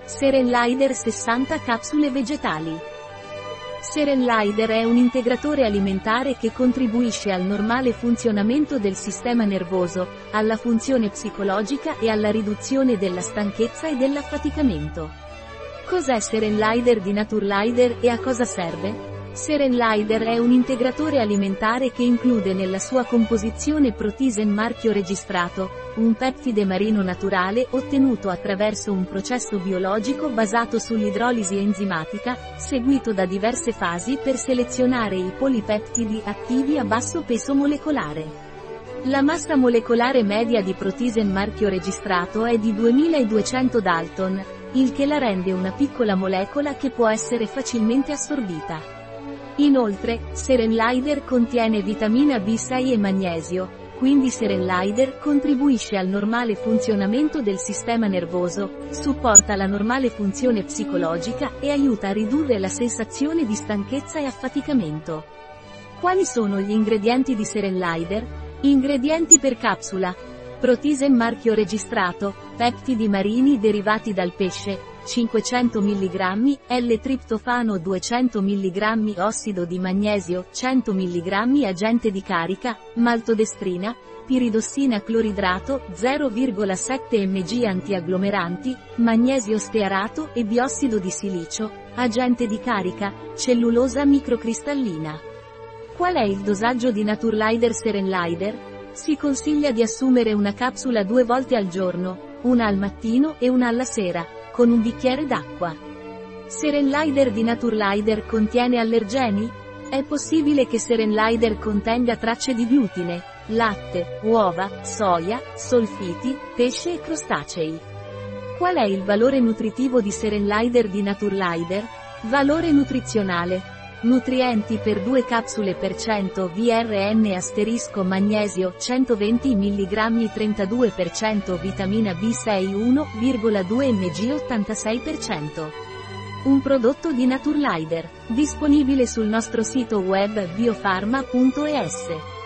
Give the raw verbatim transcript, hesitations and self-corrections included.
Serenlider sessanta capsule vegetali. Serenlider è un integratore alimentare che contribuisce al normale funzionamento del sistema nervoso, alla funzione psicologica e alla riduzione della stanchezza e dell'affaticamento. Cos'è Serenlider di Naturelider e a cosa serve? Serenlider è un integratore alimentare che include nella sua composizione Protizen marchio registrato, un peptide marino naturale ottenuto attraverso un processo biologico basato sull'idrolisi enzimatica, seguito da diverse fasi per selezionare i polipeptidi attivi a basso peso molecolare. La massa molecolare media di Protizen marchio registrato è di duemiladuecento Dalton, il che la rende una piccola molecola che può essere facilmente assorbita. Inoltre, Serenlider contiene vitamina B sei e magnesio, quindi Serenlider contribuisce al normale funzionamento del sistema nervoso, supporta la normale funzione psicologica e aiuta a ridurre la sensazione di stanchezza e affaticamento. Quali sono gli ingredienti di Serenlider? Ingredienti per capsula. Protizen marchio registrato, peptidi marini derivati dal pesce, cinquecento milligrammi, L-triptofano duecento milligrammi, ossido di magnesio, cento milligrammi, agente di carica, maltodestrina, piridossina cloridrato, zero virgola sette milligram antiagglomeranti, magnesio stearato e biossido di silicio, agente di carica, cellulosa microcristallina. Qual è il dosaggio di Naturelider Serenlider? Si consiglia di assumere una capsula due volte al giorno, una al mattino e una alla sera, con un bicchiere d'acqua. Serenlider di Naturelider contiene allergeni? È possibile che Serenlider contenga tracce di glutine, latte, uova, soia, solfiti, pesce e crostacei. Qual è il valore nutritivo di Serenlider di Naturelider? Valore nutrizionale. Nutrienti per due capsule per cento V R N asterisco magnesio centoventi milligrammi trentadue per cento vitamina B sei uno virgola due milligram ottantasei per cento. Un prodotto di Naturelider, disponibile sul nostro sito web biofarma punto es.